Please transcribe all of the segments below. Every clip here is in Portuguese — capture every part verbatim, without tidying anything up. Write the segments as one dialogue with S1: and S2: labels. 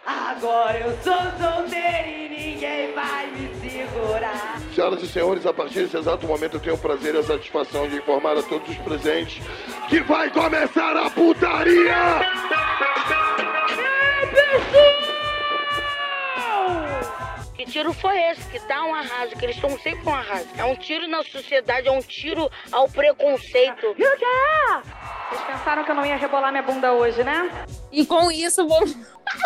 S1: Agora eu sou solteiro e ninguém vai me segurar.
S2: Senhoras e senhores, a partir desse exato momento eu tenho o prazer e a satisfação de informar a todos os presentes que vai começar a putaria!
S3: É, pessoal! Que tiro foi esse? Que dá um arraso, que eles estão sempre com um arraso. É um tiro na sociedade, é um tiro ao preconceito.
S4: E o quê? Vocês pensaram que eu não ia rebolar minha bunda hoje, né?
S5: E com isso, vamos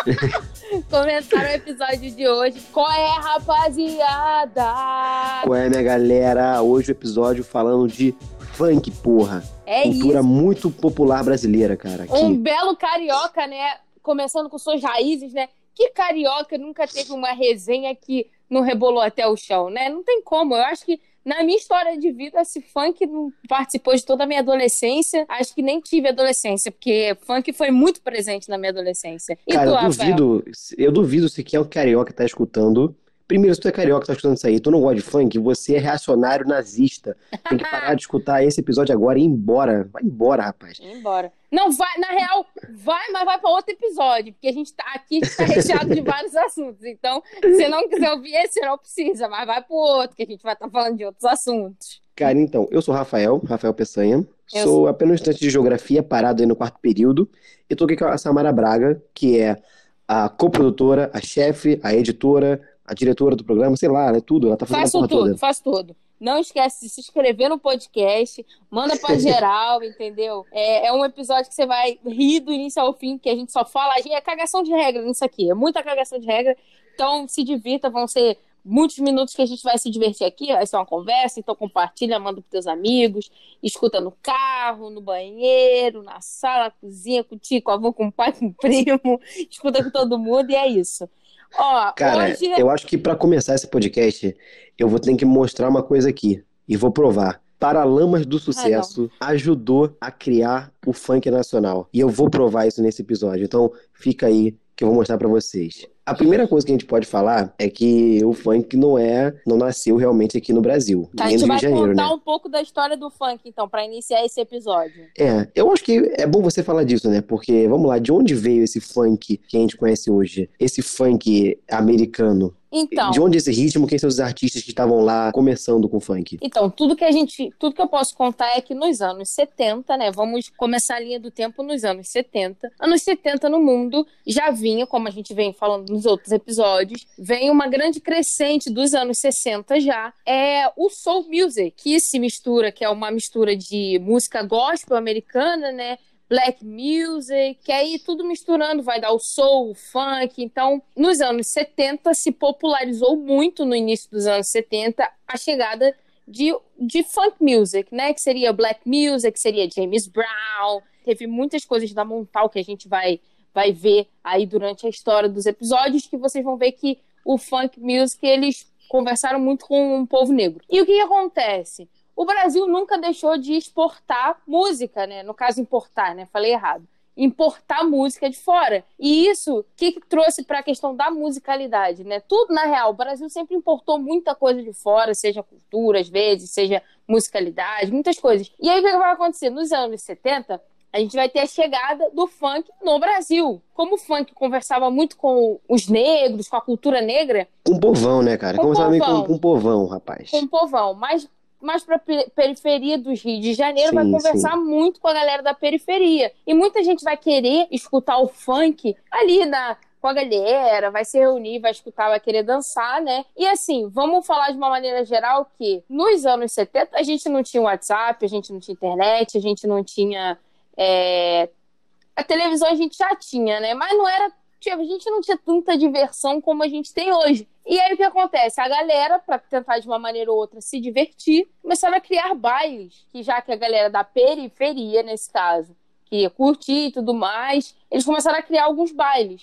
S5: começar o episódio de hoje. Qual é, rapaziada?
S6: Qual é, minha galera? Hoje o episódio falando de funk, porra.
S5: É
S6: Cultura
S5: isso.
S6: muito popular brasileira, cara. Aqui.
S5: Um belo carioca, né? Começando com suas raízes, né? Que carioca nunca teve uma resenha que não rebolou até o chão, né? Não tem como. Eu acho que na minha história de vida, esse funk não participou de toda a minha adolescência. Acho que nem tive adolescência, porque funk foi muito presente na minha adolescência. E
S6: cara,
S5: tu,
S6: eu duvido, eu duvido se quem é um carioca tá escutando. Primeiro, se tu é carioca, tá escutando isso aí, tu não gosta de funk, você é reacionário nazista. Tem que parar de escutar esse episódio agora e ir embora. Vai embora, rapaz.
S5: Ir embora. Não, vai, na real, vai, mas vai pra outro episódio, porque a gente tá aqui, a gente tá recheado de vários assuntos. Então, se não quiser ouvir esse, não precisa, mas vai pro outro, que a gente vai estar tá falando de outros assuntos.
S6: Cara, então, eu sou o Rafael, Rafael Peçanha.
S5: Eu
S6: sou
S5: sou.
S6: apenas um estudante de geografia, parado aí no quarto período. E tô aqui com a Samara Braga, que é a coprodutora, a chefe, a editora, a diretora do programa, sei lá, né, tudo. Ela tá fazendo
S5: Faço
S6: a porra
S5: tudo,
S6: toda.
S5: faço tudo. Não esquece de se inscrever no podcast, manda pra geral, entendeu? É, é um episódio que você vai rir do início ao fim, que a gente só fala, a gente é cagação de regra nisso aqui, é muita cagação de regra. Então se divirta, vão ser muitos minutos que a gente vai se divertir aqui, vai ser uma conversa, então compartilha, manda pros teus amigos, escuta no carro, no banheiro, na sala, na cozinha, com o tio, com o avô, com o pai, com o primo, escuta com todo mundo e é isso. Ó,
S6: Cara,
S5: hoje...
S6: eu acho que pra começar esse podcast, eu vou ter que mostrar uma coisa aqui. E vou provar. Paralamas do Sucesso
S5: Ah,
S6: ajudou a criar o funk nacional. E eu vou provar isso nesse episódio. Então, fica aí que eu vou mostrar pra vocês. A primeira coisa que a gente pode falar é que o funk não é, não nasceu realmente aqui no Brasil.
S5: Tá, a
S6: nem
S5: gente
S6: no
S5: vai
S6: Rio de Janeiro,
S5: contar
S6: né?
S5: um pouco da história do funk, então, pra iniciar esse episódio.
S6: É, eu acho que é bom você falar disso, né? Porque, vamos lá, de onde veio esse funk que a gente conhece hoje? Esse funk americano?
S5: Então,
S6: De onde esse ritmo? Quem são os artistas que estavam lá começando com funk?
S5: então, tudo que a gente, tudo que eu posso contar é que nos anos setenta, né, vamos começar a linha do tempo nos anos setenta. Anos setenta no mundo já vinha, como a gente vem falando nos outros episódios, vem uma grande crescente dos anos sessenta já, é o soul music, que se mistura, que é uma mistura de música gospel americana, né, black music, que aí tudo misturando, vai dar o soul, o funk. Então, nos anos setenta se popularizou muito, no início dos anos setenta, a chegada de, de funk music, né? Que seria black music, que seria James Brown. Teve muitas coisas da Montal que a gente vai, vai ver aí durante a história dos episódios, que vocês vão ver que o funk music, eles conversaram muito com o povo negro. E o que, que acontece? O Brasil nunca deixou de exportar música, né? No caso, importar, né? Falei errado. Importar música de fora. E isso, o que, que trouxe para a questão da musicalidade, né? Tudo, na real, o Brasil sempre importou muita coisa de fora, seja cultura, às vezes, seja musicalidade, muitas coisas. E aí, o que vai acontecer? Nos anos setenta, a gente vai ter a chegada do funk no Brasil. Como o funk conversava muito com os negros, com a cultura negra...
S6: Com o povão, né, cara?
S5: Com
S6: Conversava bem
S5: povão.
S6: com, com o povão, rapaz.
S5: Com o povão, mas... mais para a periferia do Rio de Janeiro,
S6: Sim,
S5: vai conversar
S6: sim.
S5: muito com a galera da periferia. E muita gente vai querer escutar o funk ali na, com a galera, vai se reunir, vai escutar, vai querer dançar, né? E assim, vamos falar de uma maneira geral que nos anos setenta a gente não tinha WhatsApp, a gente não tinha internet, a gente não tinha... É... A televisão a gente já tinha, né? Mas não era... A gente não tinha tanta diversão como a gente tem hoje. E aí o que acontece? A galera, para tentar de uma maneira ou outra se divertir, começaram a criar bailes, que já que a galera da periferia, nesse caso, que ia curtir e tudo mais, eles começaram a criar alguns bailes.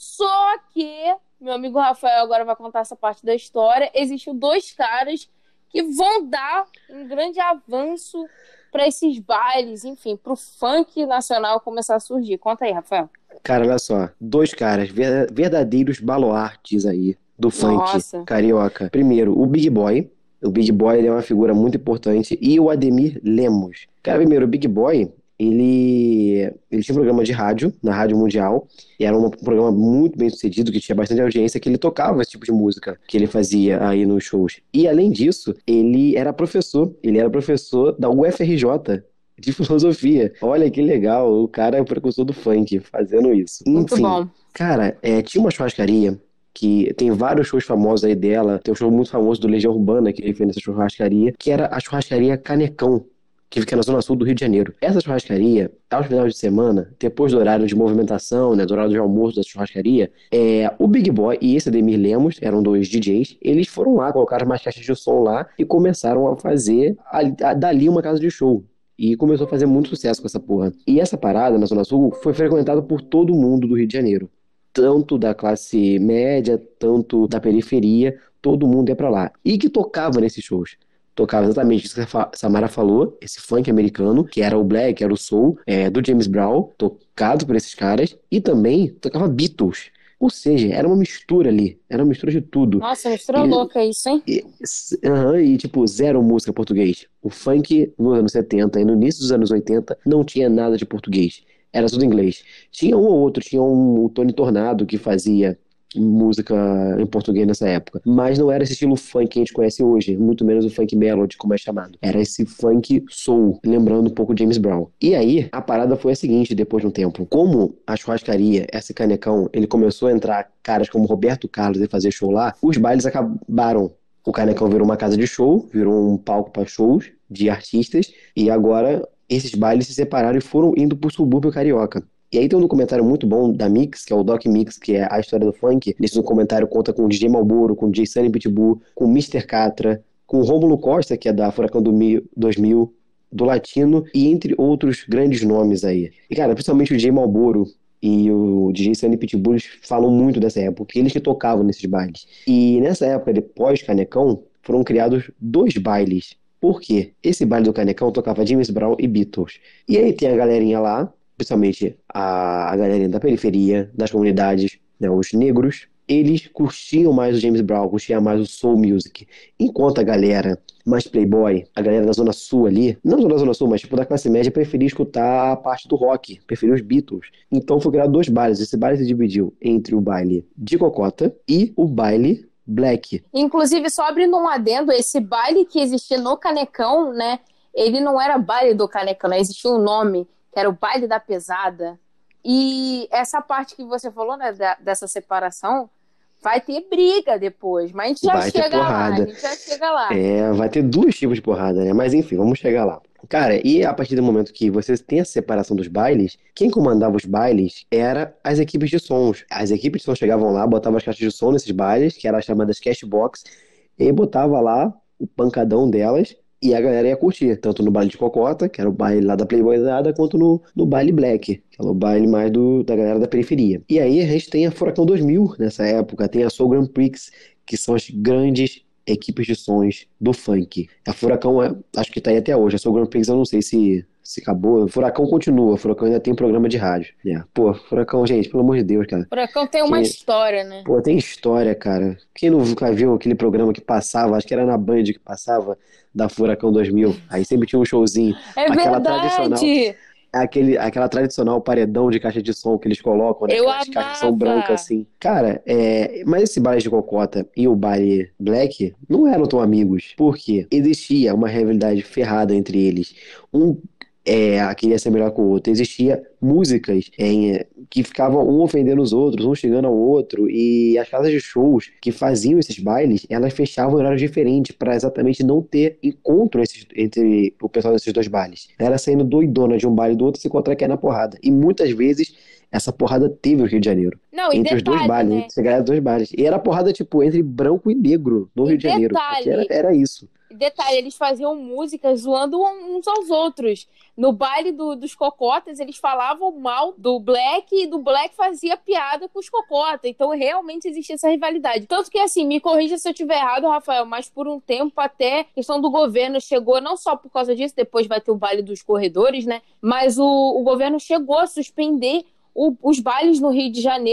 S5: Só que, meu amigo Rafael agora vai contar essa parte da história, existem dois caras que vão dar um grande avanço para esses bailes, enfim, para o funk nacional começar a surgir. Conta aí, Rafael.
S6: Cara, olha só. Dois caras, ver- verdadeiros baluartes aí do funk
S5: Nossa.
S6: carioca. Primeiro, o Big Boy. O Big Boy ele é uma figura muito importante. E o Ademir Lemos. Cara, primeiro, o Big Boy, ele, ele tinha um programa de rádio, na Rádio Mundial, e era um programa muito bem sucedido, que tinha bastante audiência, que ele tocava esse tipo de música que ele fazia aí nos shows. E além disso, ele era professor, ele era professor da U F R J, de filosofia. Olha que legal, o cara é o precursor do funk, fazendo isso.
S5: Muito
S6: Enfim,
S5: bom.
S6: cara, é, tinha uma churrascaria que tem vários shows famosos aí dela, tem um show muito famoso do Legião Urbana que ele fez nessa churrascaria, que era a churrascaria Canecão, que fica na zona sul do Rio de Janeiro. Essa churrascaria, aos finais de semana, depois do horário de movimentação, né, do horário de almoço da churrascaria, é, o Big Boy e esse Ademir Lemos, eram dois D Js, eles foram lá, colocaram mais caixas de som lá e começaram a fazer a, a, dali uma casa de show. E começou a fazer muito sucesso com essa porra. E essa parada na Zona Sul foi frequentada por todo mundo do Rio de Janeiro. Tanto da classe média, tanto da periferia, todo mundo ia pra lá. E que tocava nesses shows. Tocava exatamente isso que a Samara falou, esse funk americano, que era o black, era o soul, é, do James Brown, tocado por esses caras. E também tocava Beatles. Ou seja, era uma mistura ali. Era uma mistura de tudo.
S5: Nossa, mistura
S6: E-
S5: louca isso, hein?
S6: E, aham, e, tipo, zero música português. O funk nos anos setenta e no início dos anos oitenta não tinha nada de português. Era tudo inglês. Tinha um ou outro, tinha um, o Tony Tornado que fazia música em português nessa época. Mas não era esse estilo funk que a gente conhece hoje, muito menos o funk melody, como é chamado. Era esse funk soul, lembrando um pouco James Brown. E aí, a parada foi a seguinte, depois de um tempo. Como a churrascaria, esse Canecão, ele começou a entrar caras como Roberto Carlos e fazer show lá, os bailes acabaram. O Canecão virou uma casa de show, virou um palco para shows de artistas, e agora esses bailes se separaram e foram indo pro subúrbio carioca. E aí tem um documentário muito bom da Mix, que é o Doc Mix, que é a história do funk. Nesse documentário conta com o D J Malboro, com o D J Sunny Pitbull, com o mister Catra, com o Rômulo Costa, que é da Furacão do dois mil, do Latino, e entre outros grandes nomes aí. E cara, principalmente o D J Malboro e o D J Sunny Pitbull, eles falam muito dessa época, porque eles que tocavam nesses bailes. E nessa época, depois Canecão, foram criados dois bailes. Por quê? Esse baile do Canecão tocava James Brown e Beatles. E aí tem a galerinha lá, principalmente a, a galerinha da periferia, das comunidades, né, os negros, eles curtiam mais o James Brown, curtiam mais o soul music. Enquanto a galera mais playboy, a galera da Zona Sul ali, não só da Zona Sul, mas tipo da classe média, preferia escutar a parte do rock, preferia os Beatles. Então foi criado dois bailes. Esse baile se dividiu entre o baile de cocota e o baile black.
S5: Inclusive, só abrindo um adendo, esse baile que existia no Canecão, né? Ele não era baile do Canecão, né? Existia um nome, que era o baile da pesada. E essa parte que você falou, né, da- dessa separação, vai ter briga depois, mas a gente já
S6: Vai ter
S5: chega lá, a
S6: porrada.
S5: gente já chega lá.
S6: É, vai ter dois tipos de porrada, né? Mas enfim, vamos chegar lá. Cara, e a partir do momento que você tem a separação dos bailes, quem comandava os bailes era as equipes de sons. As equipes de som chegavam lá, botavam as caixas de som nesses bailes, que eram as chamadas cashbox, e aí botava lá o pancadão delas e a galera ia curtir, tanto no baile de cocota, que era o baile lá da Playboyzada, quanto no, no baile black, que era o baile mais do, da galera da periferia. E aí a gente tem a Furacão dois mil nessa época, tem a Soul Grand Prix, que são as grandes equipes de sons do funk. A Furacão, é, acho que tá aí até hoje. A Soul Grand Prix eu não sei se, se acabou. Furacão continua. Furacão ainda tem programa de rádio. É. Pô, Furacão, gente, pelo amor de Deus, cara.
S5: Furacão tem uma
S6: Que-
S5: história, né?
S6: Pô, tem história, cara. Quem nunca viu aquele programa que passava, acho que era na Band que passava, da Furacão dois mil. Aí sempre tinha um showzinho.
S5: É
S6: Aquela tradicional.
S5: verdade!
S6: Aquele, aquela tradicional paredão de caixa de som que eles colocam, né?
S5: Eu
S6: Aquelas caixas de som
S5: amava.
S6: branca, assim. Cara, é... mas esse baile de cocota e o baile black não eram tão amigos. Por quê? Existia uma rivalidade ferrada entre eles. Um é, queria ser melhor que o outro. Existia músicas é, que ficavam um ofendendo os outros, um xingando ao outro. E as casas de shows que faziam esses bailes, elas fechavam em horários diferentes para exatamente não ter encontro esses- entre o pessoal desses dois bailes. Era saindo doidona de um baile do outro se encontrar aqui na porrada. E muitas vezes essa porrada teve no Rio de Janeiro.
S5: Não, e
S6: Entre os dois
S5: detalhe,
S6: bailes,
S5: né?
S6: entre a galera dos dois bailes. E era porrada, tipo, entre branco e negro no
S5: E
S6: Rio de Janeiro.
S5: detalhe-
S6: Aqui era, era isso.
S5: Detalhe, eles faziam músicas zoando uns aos outros. No baile do- dos cocotas, eles falavam mal do Black e do Black fazia piada com os cocotas. Então, realmente existia essa rivalidade. Tanto que, assim, me corrija se eu estiver errado, Rafael, mas por um tempo até a questão do governo chegou, não só por causa disso, depois vai ter o baile dos corredores, né? Mas o, o governo chegou a suspender o- os bailes no Rio de Janeiro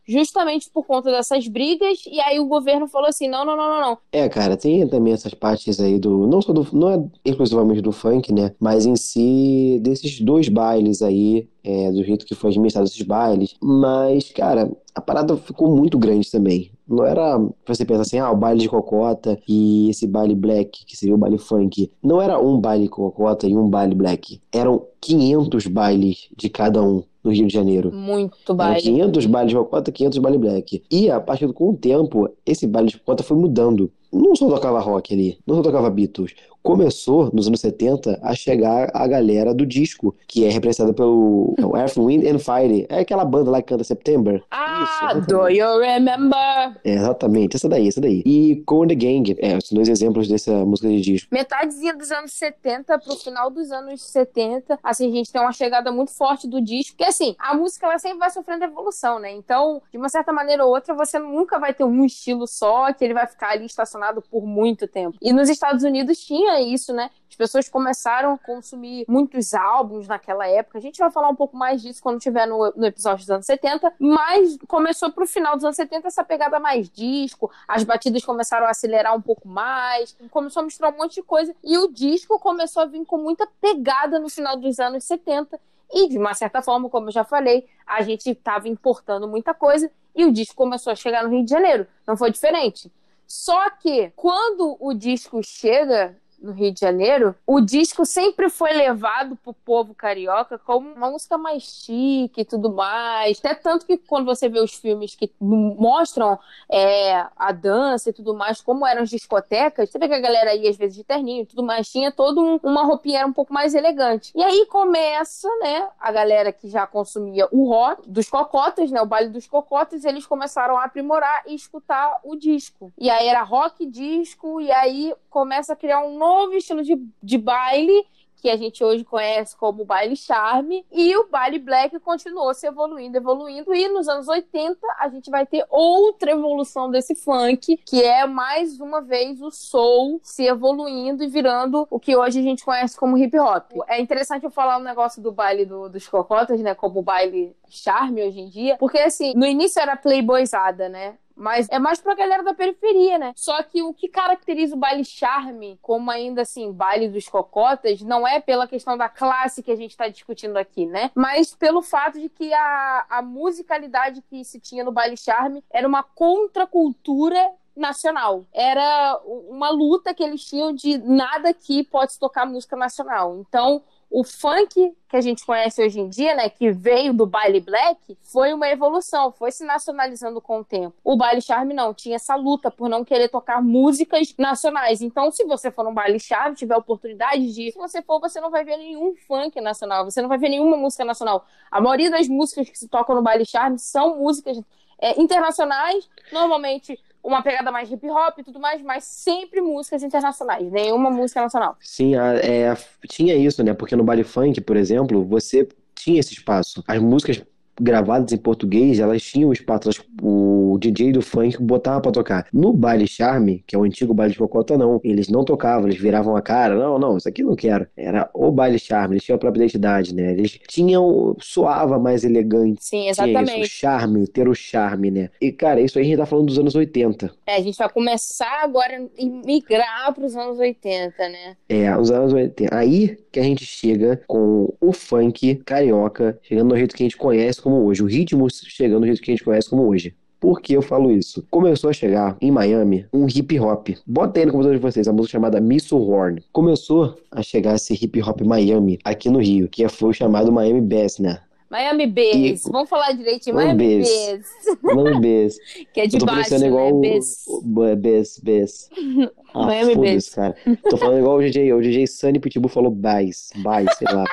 S5: justamente por conta dessas brigas, e aí o governo falou assim, não, não, não, não, não.
S6: É, cara, tem também essas partes aí do, não só do, não é exclusivamente do funk, né, mas em si, desses dois bailes aí, é, do jeito que foi administrado esses bailes, mas, cara, a parada ficou muito grande também. Não era, você pensa assim, ah, o baile de cocota e esse baile black, que seria o baile funk. Não era um baile cocota e um baile black. Eram quinhentos bailes de cada um no Rio de Janeiro.
S5: Muito
S6: Eram
S5: baile.
S6: quinhentos bailes de cocota, quinhentos baile black. E a partir do com o tempo, esse baile de cocota foi mudando. Não só tocava rock ali, não só tocava Beatles. Começou, nos anos setenta, a chegar a galera do disco, que é representada pelo Earth, Wind and Fire. É aquela banda lá que canta September.
S5: Ah,
S6: Isso,
S5: do you remember?
S6: é, exatamente, essa daí, essa daí. E Cool and the Gang, é, são dois exemplos dessa música de disco.
S5: Metadezinha dos anos setenta pro final dos anos setenta, assim, a gente tem uma chegada muito forte do disco, porque assim, a música ela sempre vai sofrendo evolução, né? Então, de uma certa maneira ou outra, você nunca vai ter um estilo só, que ele vai ficar ali estacionado por muito tempo. E nos Estados Unidos tinha isso, né? As pessoas começaram a consumir muitos álbuns naquela época. A gente vai falar um pouco mais disso quando tiver no, no episódio dos anos setenta, mas começou pro final dos anos setenta essa pegada mais disco, as batidas começaram a acelerar um pouco mais, começou a misturar um monte de coisa, e o disco começou a vir com muita pegada no final dos anos setenta, e de uma certa forma, como eu já falei, a gente estava importando muita coisa, e o disco começou a chegar no Rio de Janeiro. Não foi diferente. Só que, quando o disco chega no Rio de Janeiro, o disco sempre foi levado pro povo carioca como uma música mais chique e tudo mais. Até tanto que quando você vê os filmes que mostram é, a dança e tudo mais, como eram as discotecas, você vê que a galera ia às vezes de terninho e tudo mais, tinha toda um, uma roupinha era um pouco mais elegante. E aí começa, né, a galera que já consumia o rock dos cocotas, né, o baile dos cocotas, eles começaram a aprimorar e escutar o disco. E aí era rock, disco, e aí começa a criar um novo estilo de, de baile, que a gente hoje conhece como baile charme, e o baile black continuou se evoluindo, evoluindo, e nos anos oitenta a gente vai ter outra evolução desse funk, que é mais uma vez o soul se evoluindo e virando o que hoje a gente conhece como hip hop. É interessante eu falar um negócio do baile do, dos cocotas, né, como baile charme hoje em dia, porque assim, no início era playboyzada, né, mas é mais pra galera da periferia, né? Só que o que caracteriza o baile charme, como ainda assim, baile dos cocotas, não é pela questão da classe que a gente tá discutindo aqui, né? Mas pelo fato de que a, a musicalidade que se tinha no baile charme era uma contracultura nacional. Era uma luta que eles tinham de nada aqui pode se tocar música nacional. Então, o funk que a gente conhece hoje em dia, né, que veio do baile black, foi uma evolução, foi se nacionalizando com o tempo. O baile charme não, tinha essa luta por não querer tocar músicas nacionais. Então, se você for num baile charme, tiver a oportunidade de ir, se você for, você não vai ver nenhum funk nacional, você não vai ver nenhuma música nacional. A maioria das músicas que se tocam no baile charme são músicas é, internacionais, normalmente uma pegada mais hip hop e tudo mais, mas sempre músicas internacionais, nenhuma música nacional.
S6: Sim, a- é, tinha isso, né? Porque no baile funk, por exemplo, você tinha esse espaço. As músicas gravadas em português, elas tinham espaço, elas- o D J do funk botava pra tocar. No baile charme, que é o antigo baile de cocota, não. Eles não tocavam, eles viravam a cara. Não, não, isso aqui eu não quero. Era o baile charme, eles tinham a própria identidade, né? Eles tinham, soava mais elegante.
S5: Sim,
S6: Tinha isso, o
S5: exatamente.
S6: charme, ter o charme, né? E, cara, isso aí a gente tá falando dos anos oitenta.
S5: É, a gente vai começar agora a migrar para os anos oitenta, né?
S6: É, os anos oitenta. Aí que a gente chega com o funk carioca, chegando no jeito que a gente conhece como hoje. O ritmo chegando no jeito que a gente conhece como hoje. Por que eu falo isso? Começou a chegar em Miami um hip hop. Bota aí no computador de vocês a música chamada Miss Horn. Começou a chegar esse hip hop Miami aqui no Rio, que foi o chamado Miami Bass, né?
S5: Miami Bass,
S6: E-
S5: vamos falar direitinho,
S6: Miami
S5: Miami
S6: Bass.
S5: Bass,
S6: Miami Bass.
S5: que é de
S6: Eu tô
S5: baixo,
S6: parecendo
S5: né?
S6: igual o...
S5: Bass.
S6: o- o- Bass, Bass. Ah,
S5: Miami
S6: foda-se, cara. Tô falando igual o D J, o D J Sunny Pitbull falou Bass, Bass, sei lá.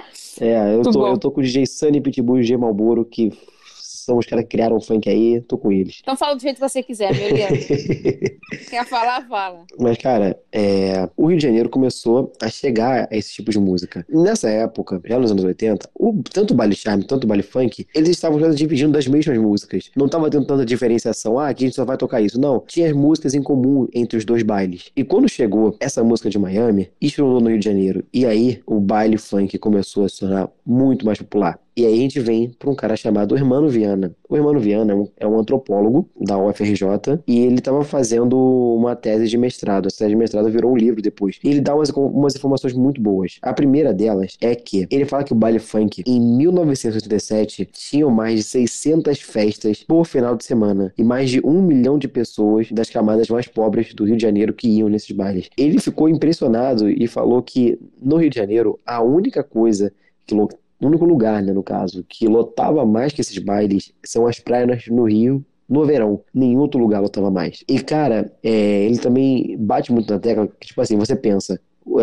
S6: É, eu
S5: Muito
S6: tô,
S5: bom.
S6: eu tô com o D J Sunny Pitbull e o G Malboro, que são os caras que criaram o funk aí, tô com eles.
S5: Então fala do jeito que você quiser, meu lindo. Quer falar, fala.
S6: Mas, cara, é, o Rio de Janeiro começou a chegar a esse tipo de música. Nessa época, já nos anos oitenta, o, tanto o baile charme, tanto o baile funk, eles estavam já dividindo das mesmas músicas. Não tava tendo tanta diferenciação, ah, aqui a gente só vai tocar isso. Não, tinha as músicas em comum entre os dois bailes. E quando chegou essa música de Miami, estourou no Rio de Janeiro. E aí, o baile funk começou a se tornar muito mais popular. E aí a gente vem para um cara chamado Hermano Viana. O Hermano Viana é um, é um antropólogo da U F R J e ele estava fazendo uma tese de mestrado. Essa tese de mestrado virou um livro depois. E ele dá umas, umas informações muito boas. A primeira delas é que ele fala que o baile funk, em mil novecentos e oitenta e sete, tinham mais de seiscentas festas por final de semana e mais de um milhão de pessoas das camadas mais pobres do Rio de Janeiro que iam nesses bailes. Ele ficou impressionado e falou que no Rio de Janeiro, a única coisa que o único lugar, né, no caso, que lotava mais que esses bailes são as praias no Rio no verão. Nenhum outro lugar lotava mais. E, cara, é, ele também bate muito na tecla que, tipo assim, você pensa...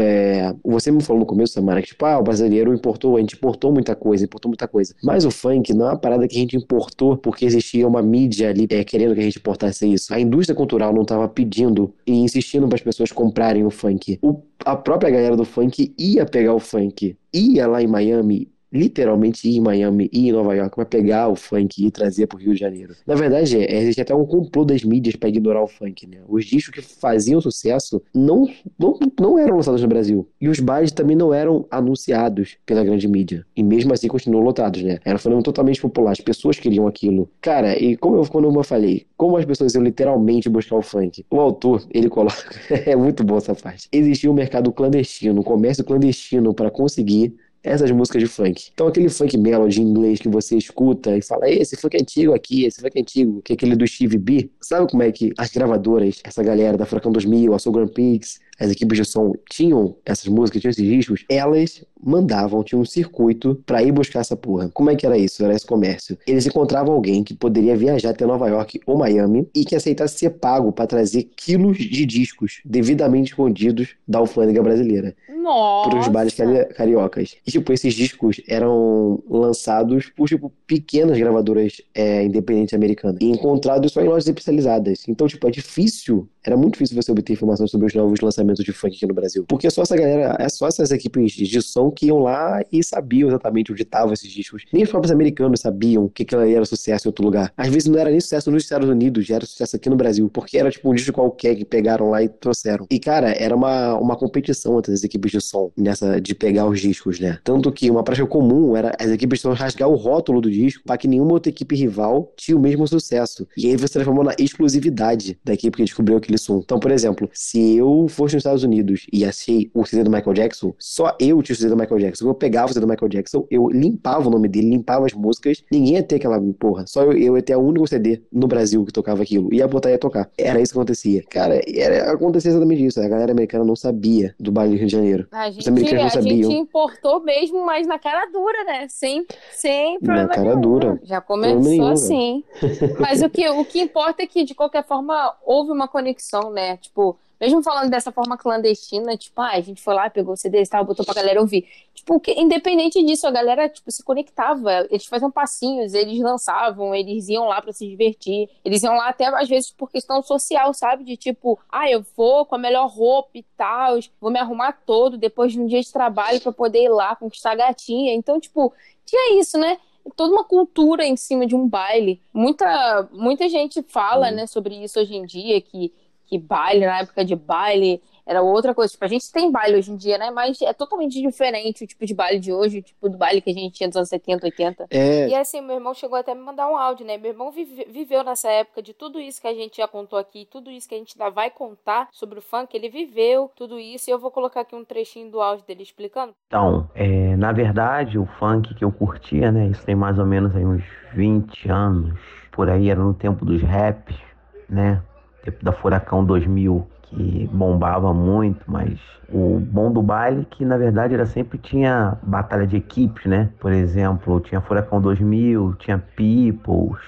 S6: É, você me falou no começo, Samara, que tipo, ah, o brasileiro importou, a gente importou muita coisa, importou muita coisa. Mas o funk não é uma parada que a gente importou porque existia uma mídia ali é, querendo que a gente importasse isso. A indústria cultural não estava pedindo e insistindo para as pessoas comprarem o funk. O, a própria galera do funk ia pegar o funk, ia lá em Miami, literalmente ir em Miami e em Nova York pra pegar o funk e trazer pro Rio de Janeiro. Na verdade, é, existe até um complô das mídias pra ignorar o funk, né? Os discos que faziam sucesso não, não, não eram lançados no Brasil. E os bailes também não eram anunciados pela grande mídia. E mesmo assim continuam lotados, né? Era um fenômeno totalmente popular. As pessoas queriam aquilo. Cara, e como eu, quando eu falei, como as pessoas iam literalmente buscar o funk? O autor, ele coloca... é muito bom essa parte. Existia um mercado clandestino, um comércio clandestino para conseguir essas músicas de funk. Então aquele funk melody em inglês que você escuta e fala, esse funk é antigo aqui, esse funk é antigo, que é aquele do Stevie B. Sabe como é que as gravadoras, essa galera da Furacão dois mil, a Soul Grand Prix, as equipes de som tinham essas músicas, tinham esses discos, elas mandavam, tinha um circuito pra ir buscar essa porra. Como é que era isso? Era esse comércio. Eles encontravam alguém que poderia viajar até Nova York ou Miami e que aceitasse ser pago pra trazer quilos de discos devidamente escondidos da alfândega brasileira.
S5: Nossa!
S6: Para os bares cari- cariocas. E, tipo, esses discos eram lançados por, tipo, pequenas gravadoras é, independentes americanas. E encontrados só em lojas especializadas. Então, tipo, é difícil, era muito difícil você obter informação sobre os novos lançamentos de funk aqui no Brasil. Porque só essa galera, é só essas equipes de som que iam lá e sabiam exatamente onde estavam esses discos. Nem os próprios americanos sabiam que aquilo ali era sucesso em outro lugar. Às vezes não era nem sucesso nos Estados Unidos, já era sucesso aqui no Brasil. Porque era, tipo, um disco qualquer que pegaram lá e trouxeram. E, cara, era uma, uma competição entre as equipes de som, nessa de pegar os discos, né? Tanto que uma prática comum era as equipes de som rasgar o rótulo do disco para que nenhuma outra equipe rival tinha o mesmo sucesso. E aí você transformou na exclusividade da equipe que descobriu aquele som. Então, por exemplo, se eu fosse nos Estados Unidos e achei o C D do Michael Jackson, só eu tinha o C D do Michael Jackson. Eu pegava o C D do Michael Jackson, eu limpava o nome dele, limpava as músicas, ninguém ia ter aquela porra. Só eu, eu ia ter o único C D no Brasil que tocava aquilo. Ia botar e ia tocar. Era isso que acontecia. Cara, era, acontecia exatamente isso. A galera americana não sabia do baile do Rio de Janeiro.
S5: A gente,
S6: Os americanos não
S5: a
S6: sabiam.
S5: gente importou mesmo, mas na cara dura, né? Sem, sem problema
S6: Na cara
S5: nenhum.
S6: dura.
S5: Já
S6: Problema
S5: começou
S6: nenhum,
S5: assim. Mas o que, o que importa é que, de qualquer forma, houve uma conexão, né? Tipo, mesmo falando dessa forma clandestina, tipo, ah, a gente foi lá, pegou o C D e tal, botou pra galera ouvir. Tipo, que, independente disso, a galera, tipo, se conectava. Eles faziam passinhos, eles dançavam, eles iam lá pra se divertir. Eles iam lá até, às vezes, por questão social, sabe? De tipo, ah, eu vou com a melhor roupa e tal, vou me arrumar todo depois de um dia de trabalho pra poder ir lá conquistar a gatinha. Então, tipo, tinha isso, né? Toda uma cultura em cima de um baile. Muita, muita gente fala, né, sobre isso hoje em dia, que que baile, na época de baile, era outra coisa. Tipo, a gente tem baile hoje em dia, né? Mas é totalmente diferente o tipo de baile de hoje, o tipo do baile que a gente tinha nos anos setenta, oitenta.
S6: É,
S7: E assim, meu irmão chegou até a me mandar um áudio, né? Meu irmão vive- viveu nessa época de tudo isso que a gente já contou aqui, tudo isso que a gente ainda vai contar sobre o funk, ele viveu tudo isso, e eu vou colocar aqui um trechinho do áudio dele explicando.
S8: Então, é, na verdade, o funk que eu curtia, né? Isso tem mais ou menos aí uns vinte anos. Por aí era no tempo dos raps, né? Tempo da Furacão dois mil, que bombava muito, mas o bom do baile é que, na verdade, era sempre tinha batalha de equipes, né? Por exemplo, tinha Furacão dois mil, tinha Peoples,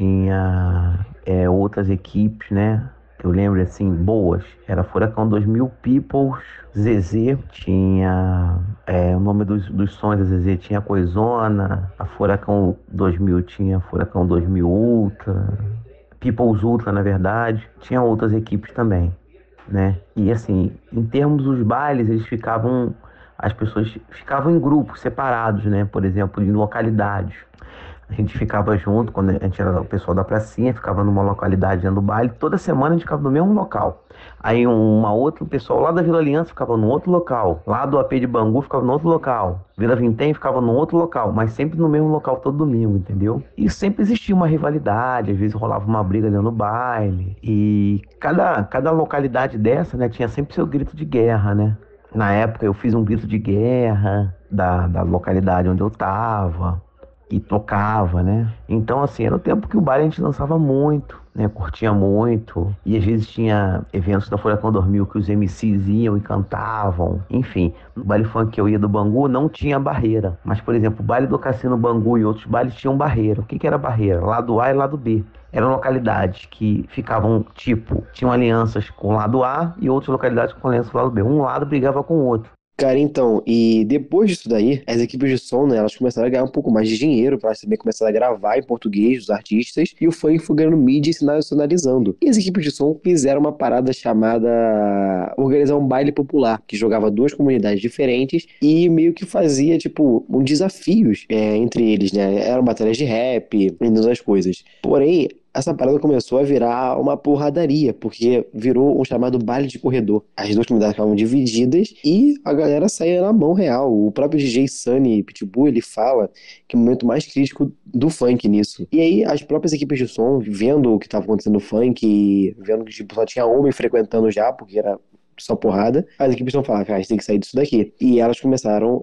S8: tinha é, outras equipes, né? Que eu lembro, assim, boas. Era Furacão dois mil, Peoples, Zezé, tinha é, o nome dos, dos sons da Zezé, tinha Coisona, a Furacão dois mil tinha Furacão dois mil Ultra, People's Ultra, na verdade, tinha outras equipes também, né? E assim, em termos dos bailes, eles ficavam, as pessoas ficavam em grupos separados, né? Por exemplo, em localidades. A gente ficava junto, quando a gente era o pessoal da pracinha, ficava numa localidade dentro do baile. Toda semana a gente ficava no mesmo local. Aí uma outra, o pessoal lá da Vila Aliança ficava no outro local. Lá do A P de Bangu ficava no outro local. Vila Vintém ficava no outro local, mas sempre no mesmo local todo domingo, entendeu? E sempre existia uma rivalidade, às vezes rolava uma briga dentro do baile. E cada, cada localidade dessa, né, tinha sempre seu grito de guerra, né? Na época eu fiz um grito de guerra da, da localidade onde eu tava. E tocava, né? Então, assim, era o tempo que o baile a gente dançava muito, né? Curtia muito. E às vezes tinha eventos da Furacão dois mil que os M Cs iam e cantavam. Enfim, no baile funk que eu ia do Bangu não tinha barreira. Mas, por exemplo, o baile do Cassino Bangu e outros bailes tinham barreira. O que que era barreira? Lado A e lado B. Eram localidades que ficavam, tipo, tinham alianças com o lado A e outras localidades com alianças com o lado B. Um lado brigava com o outro.
S6: Cara, então, e depois disso daí, as equipes de som, né, elas começaram a ganhar um pouco mais de dinheiro, para elas também começaram a gravar em português, os artistas, e o funk foi ganhando mídia e se nacionalizando. E as equipes de som fizeram uma parada chamada organizar um baile popular, que jogava duas comunidades diferentes e meio que fazia, tipo, um desafios é, entre eles, né, eram batalhas de rap, entre outras coisas. Porém, essa parada começou a virar uma porradaria, porque virou um chamado baile de corredor. As duas comunidades ficavam divididas e a galera saía na mão real. O próprio D J Sunny Pitbull, ele fala que é o momento mais crítico do funk nisso. E aí as próprias equipes de som, vendo o que estava acontecendo no funk, vendo que tipo, só tinha homem frequentando já, porque era só porrada, as equipes não falavam, cara, a gente tem que sair disso daqui. E elas começaram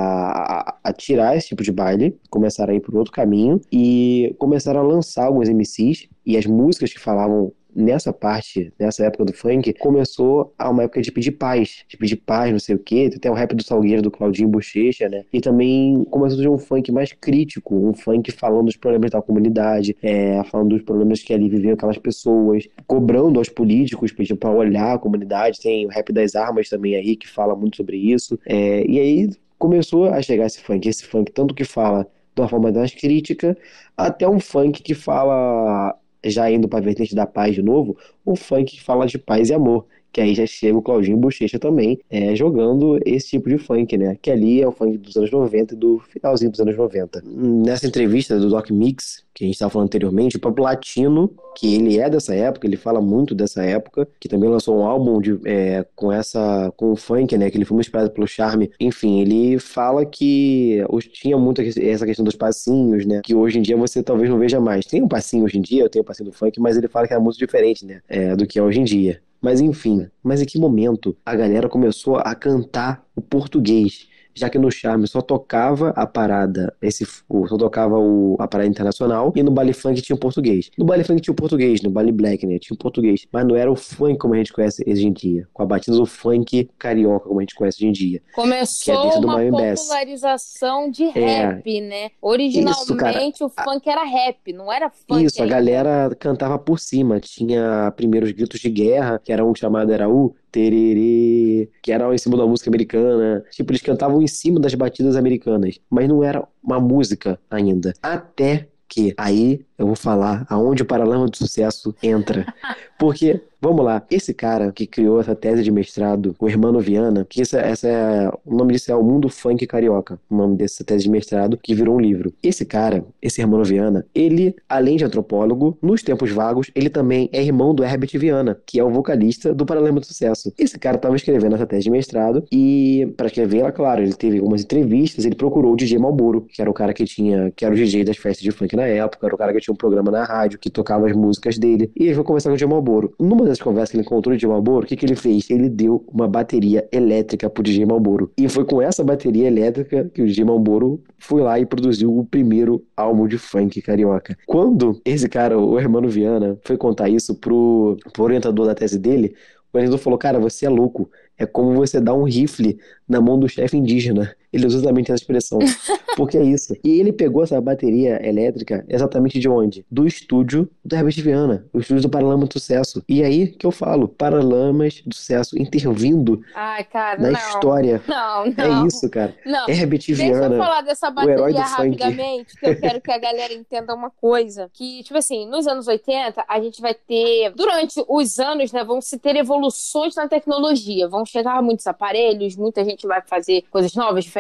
S6: a, a, a tirar esse tipo de baile, começaram a ir por outro caminho e começaram a lançar alguns M Cs e as músicas que falavam nessa parte, nessa época do funk, começou a uma época de pedir paz, de pedir paz, não sei o quê, tem o rap do Salgueiro, do Claudinho Bochecha, né, e também começou a surgir um funk mais crítico, um funk falando dos problemas da comunidade, é, falando dos problemas que ali viviam aquelas pessoas, cobrando aos políticos, pedindo pra olhar a comunidade, tem o rap das armas também aí, que fala muito sobre isso, é, e aí começou a chegar esse funk, esse funk tanto que fala de uma forma mais crítica, até um funk que fala, já indo para a vertente da paz de novo, um funk que fala de paz e amor, que aí já chega o Claudinho Bochecha também, é, jogando esse tipo de funk, né, que ali é o funk dos anos noventa e do finalzinho dos anos noventa. Nessa entrevista do Doc Mix, que a gente estava falando anteriormente, o próprio Latino, que ele é dessa época, ele fala muito dessa época, que também lançou um álbum de, é, com essa, com o funk, né, que ele foi muito inspirado pelo Charme. Enfim, ele fala que tinha muito essa questão dos passinhos, né, que hoje em dia você talvez não veja mais. Tem um passinho hoje em dia, tem um passinho do funk, mas ele fala que era muito diferente, né, é, do que é hoje em dia. Mas enfim, mas em que momento a galera começou a cantar o português? Já que no Charme só tocava a parada, esse, só tocava o, a parada internacional, e no baile funk tinha o português. No baile funk tinha o português, no baile black, né, tinha o português, mas não era o funk como a gente conhece hoje em dia, com a batida do funk carioca como a gente conhece hoje em dia.
S5: Começou uma popularização de rap, é, né? Originalmente isso, o funk era rap, não era funk.
S6: Isso,
S5: ainda.
S6: A galera cantava por cima, tinha primeiros gritos de guerra, que era um chamado era o tererê, que era em cima da música americana. Tipo, eles cantavam em cima das batidas americanas, mas não era uma música ainda. Até que aí eu vou falar aonde o Paralama do Sucesso entra. Porque, vamos lá, esse cara que criou essa tese de mestrado, o Hermano Viana, que essa, essa é, o nome disso é O Mundo Funk Carioca, o nome dessa tese de mestrado, que virou um livro. Esse cara, esse Hermano Viana, ele, além de antropólogo, nos tempos vagos, ele também é irmão do Herbert Viana, que é o vocalista do Paralama do Sucesso. Esse cara estava escrevendo essa tese de mestrado e, para escrever ela, claro, ele teve algumas entrevistas, ele procurou o D J Malboro, que era o cara que tinha, que era o D J das festas de funk na época, era o cara que tinha um programa na rádio, que tocava as músicas dele, e ele foi conversar com o D J Malboro. Numa das conversas que ele encontrou o D J Malboro, o que, que ele fez? Ele deu uma bateria elétrica pro D J Malboro. E foi com essa bateria elétrica que o D J Malboro foi lá e produziu o primeiro álbum de funk carioca. Quando esse cara, o Hermano Viana, foi contar isso pro, pro orientador da tese dele, o orientador falou, cara, você é louco. É como você dar um rifle na mão do chefe indígena. Ele usa exatamente essa expressão. Porque é isso. E ele pegou essa bateria elétrica exatamente de onde? Do estúdio do Herbert Viana. O estúdio do Paralamas do Sucesso. E aí que eu falo, Paralamas do Sucesso intervindo
S5: Ai, cara,
S6: na
S5: não.
S6: história.
S5: Não, não.
S6: É isso, cara.
S5: Não.
S6: Herbert
S5: Deixa
S6: Viana,
S5: eu falar dessa
S6: o herói
S5: bateria
S6: do funk.
S5: rapidamente, que eu quero que a galera entenda uma coisa. Que, tipo assim, nos anos oitenta, a gente vai ter... Durante os anos, né, vão se ter evoluções na tecnologia. Vão chegar muitos aparelhos, muita gente vai fazer coisas novas, diferentes.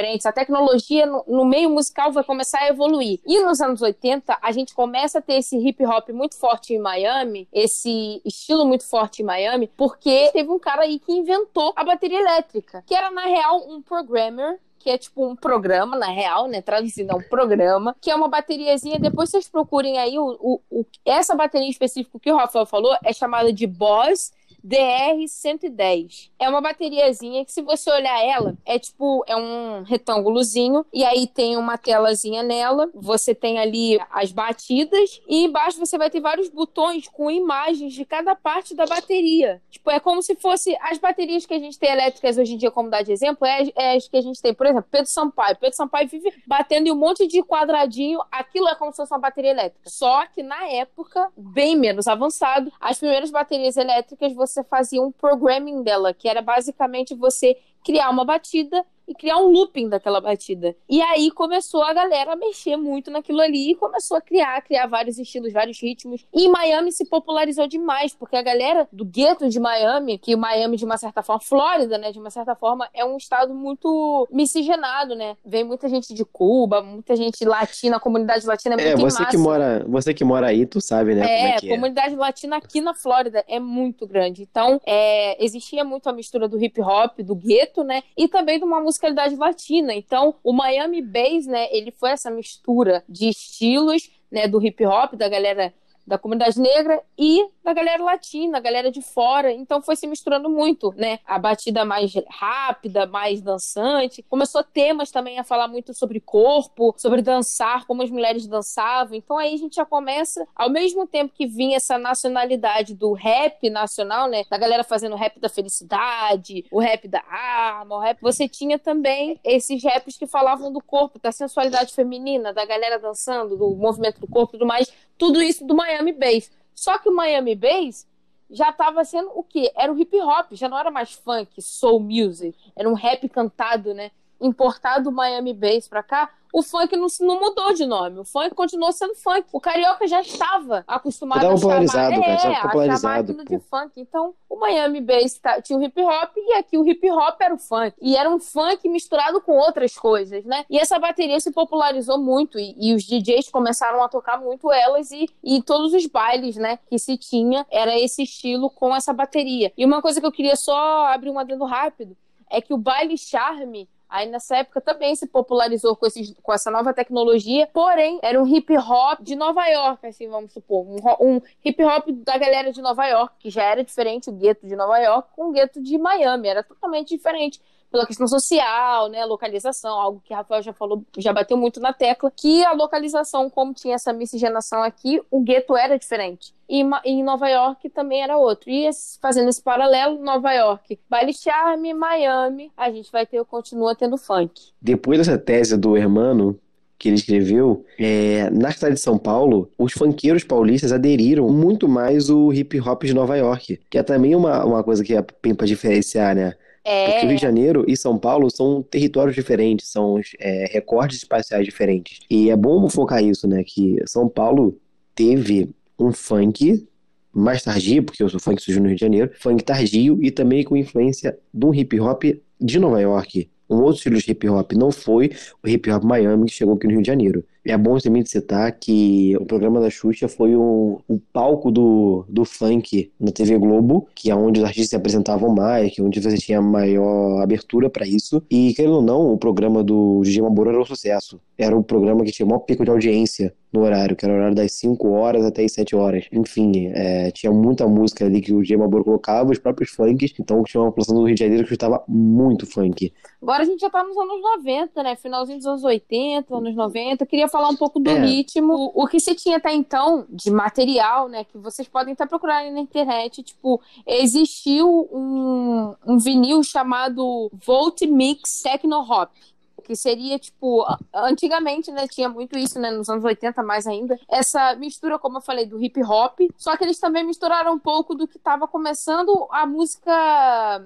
S5: diferentes, a tecnologia no, no meio musical vai começar a evoluir. E nos anos oitenta, a gente começa a ter esse hip hop muito forte em Miami, esse estilo muito forte em Miami, porque teve um cara aí que inventou a bateria elétrica, que era, na real, um programmer, que é tipo um programa, na real, né? Traduzindo, é um programa, que é uma bateriazinha. Depois vocês procurem aí, o, o, o, essa bateria em específico que o Rafael falou é chamada de Boss D R cento e dez. É uma bateriazinha que, se você olhar ela, é tipo, é um retângulozinho, e aí tem uma telazinha nela, você tem ali as batidas, e embaixo você vai ter vários botões com imagens de cada parte da bateria. Tipo, é como se fosse as baterias que a gente tem elétricas hoje em dia, como dar de exemplo, é, é as que a gente tem, por exemplo, Pedro Sampaio. Pedro Sampaio vive batendo em um monte de quadradinho, aquilo é como se fosse uma bateria elétrica. Só que na época, bem menos avançado, as primeiras baterias elétricas você você fazia um programming dela, que era basicamente você criar uma batida e criar um looping daquela batida. E aí começou a galera a mexer muito naquilo ali e começou a criar, criar vários estilos, vários ritmos. E Miami se popularizou demais, porque a galera do gueto de Miami, que Miami, de uma certa forma, Flórida, né, de uma certa forma, é um estado muito miscigenado, né? Vem muita gente de Cuba, muita gente latina, a comunidade latina é,
S6: é
S5: muito
S6: você que mora, você que mora aí, tu sabe, né?
S5: É,
S6: como é que
S5: a comunidade
S6: é.
S5: latina aqui na Flórida é muito grande. Então, é, existia muito a mistura do hip hop, do gueto, né? E também de uma musicalidade latina. Então, o Miami Bass, né? Ele foi essa mistura de estilos, né? Do hip hop, da galera da comunidade negra e da galera latina, a galera de fora. Então foi se misturando muito, né? A batida mais rápida, mais dançante. Começou temas também a falar muito sobre corpo, sobre dançar, como as mulheres dançavam. Então aí a gente já começa, ao mesmo tempo que vinha essa nacionalidade do rap nacional, né? Da galera fazendo rap da felicidade, o rap da arma, o rap... Você tinha também esses raps que falavam do corpo, da sensualidade feminina, da galera dançando, do movimento do corpo e tudo mais. Tudo isso do Miami Bass. Só que o Miami Bass já estava sendo o quê? Era o hip hop, já não era mais funk, soul music. Era um rap cantado, né? Importado do Miami Bass pra cá. O funk não, não mudou de nome. O funk continuou sendo funk. O carioca já estava acostumado a chamar,
S6: cara,
S5: é,
S6: já
S5: a chamar aquilo de funk. Então, o Miami Bass tá, tinha o hip hop e aqui o hip hop era o funk. E era um funk misturado com outras coisas, né? E essa bateria se popularizou muito e, e os D Js começaram a tocar muito elas e, e todos os bailes, né, que se tinha era esse estilo com essa bateria. E uma coisa que eu queria só abrir um adendo rápido é que o baile charme aí nessa época também se popularizou com, esses, com essa nova tecnologia, porém era um hip hop de Nova York, assim, vamos supor, um, um hip hop da galera de Nova York, que já era diferente, o gueto de Nova York com o gueto de Miami, era totalmente diferente. Pela questão social, né, localização, algo que o Rafael já falou, já bateu muito na tecla, que a localização, como tinha essa miscigenação aqui, o gueto era diferente. E em Nova York também era outro. E fazendo esse paralelo, Nova York, baile charme, Miami, a gente vai ter, continua tendo funk.
S6: Depois dessa tese do Hermano, que ele escreveu, é, na cidade de São Paulo, os funkeiros paulistas aderiram muito mais o hip hop de Nova York, que é também uma, uma coisa que é para diferenciar, né?
S5: É.
S6: Porque o Rio de Janeiro e São Paulo são territórios diferentes, são é, recortes espaciais diferentes. E é bom focar isso, né? Que São Paulo teve um funk mais tardio, porque o funk surgiu no Rio de Janeiro, funk tardio e também com influência do hip hop de Nova York. Um outro estilo de hip hop não foi o hip hop Miami que chegou aqui no Rio de Janeiro. É bom também citar que o programa da Xuxa foi o, o palco do, do funk na T V Globo, que é onde os artistas se apresentavam mais, que é onde você tinha maior abertura para isso. E, querendo ou não, o programa do G G Maboro era um sucesso. Era um programa que tinha o maior pico de audiência no horário, que era o horário das cinco horas até as sete horas. Enfim, é, tinha muita música ali que o G G Maboro colocava, os próprios funks, então tinha uma população do Rio de Janeiro que escutava muito funk.
S5: Agora a gente já tá nos anos noventa, né? Finalzinho dos anos oitenta, anos noventa. Eu queria falar um pouco do
S6: É.
S5: ritmo. O que se tinha até então de material, né? Que vocês podem até procurar aí na internet. Tipo, existiu um, um vinil chamado Volt Mix Techno Hop. Que seria, tipo, antigamente, né, tinha muito isso, né, nos anos oitenta mais ainda, essa mistura, como eu falei, do hip hop, só que eles também misturaram um pouco do que estava começando a música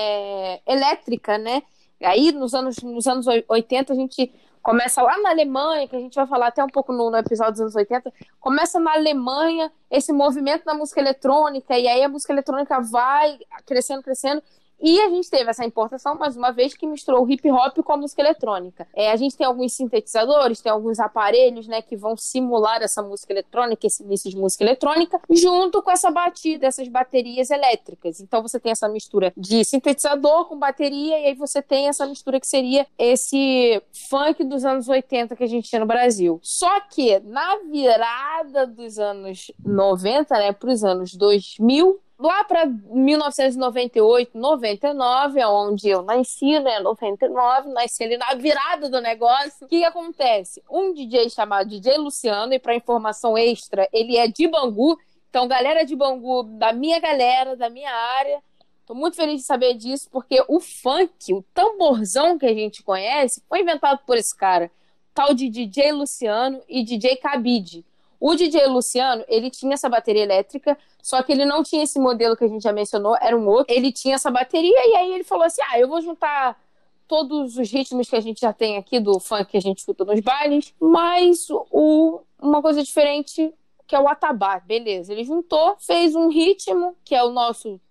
S5: é, elétrica, né, aí nos anos, nos anos oitenta a gente começa lá na Alemanha, que a gente vai falar até um pouco no, no episódio dos anos oitenta, começa na Alemanha esse movimento da música eletrônica, e aí a música eletrônica vai crescendo, crescendo, E a gente teve essa importação, mais uma vez, que misturou o hip hop com a música eletrônica. É, a gente tem alguns sintetizadores, tem alguns aparelhos, né, que vão simular essa música eletrônica, esse início de música eletrônica, junto com essa batida, essas baterias elétricas. Então você tem essa mistura de sintetizador com bateria, e aí você tem essa mistura que seria esse funk dos anos oitenta que a gente tinha no Brasil. Só que na virada dos anos noventa, né, para os anos dois mil, lá para mil novecentos e noventa e oito, noventa e nove, onde eu nasci, né, noventa e nove, nasci ali na virada do negócio. O que, que acontece? Um D J chamado D J Luciano, e para informação extra, ele é de Bangu. Então, galera de Bangu, da minha galera, da minha área, tô muito feliz de saber disso, porque o funk, o tamborzão que a gente conhece, foi inventado por esse cara, tal de D J Luciano e D J Cabide. O D J Luciano, ele tinha essa bateria elétrica, só que ele não tinha esse modelo que a gente já mencionou, era um outro. Ele tinha essa bateria e aí ele falou assim, ah, eu vou juntar todos os ritmos que a gente já tem aqui do funk que a gente escuta nos bailes, mas o, uma coisa diferente, que é o atabaque. Beleza, ele juntou, fez um ritmo, que é o nosso...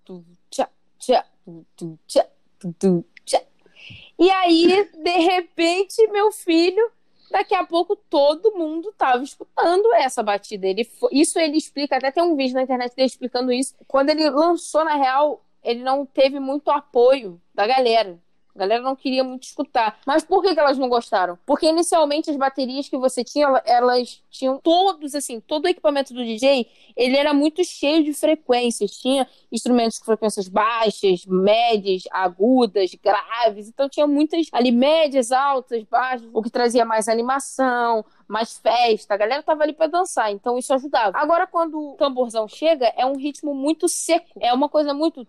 S5: E aí, de repente, meu filho... Daqui a pouco todo mundo estava escutando essa batida. Ele, isso ele explica, até tem um vídeo na internet dele explicando isso. Quando ele lançou, na real, ele não teve muito apoio da galera. A galera não queria muito escutar. Mas por que que elas não gostaram? Porque inicialmente as baterias que você tinha, elas tinham todos, assim, todo o equipamento do D J, ele era muito cheio de frequências. Tinha instrumentos com frequências baixas, médias, agudas, graves. Então tinha muitas ali médias, altas, baixas, o que trazia mais animação, mais festa. A galera tava ali pra dançar, então isso ajudava. Agora, quando o tamborzão chega, é um ritmo muito seco. É uma coisa muito...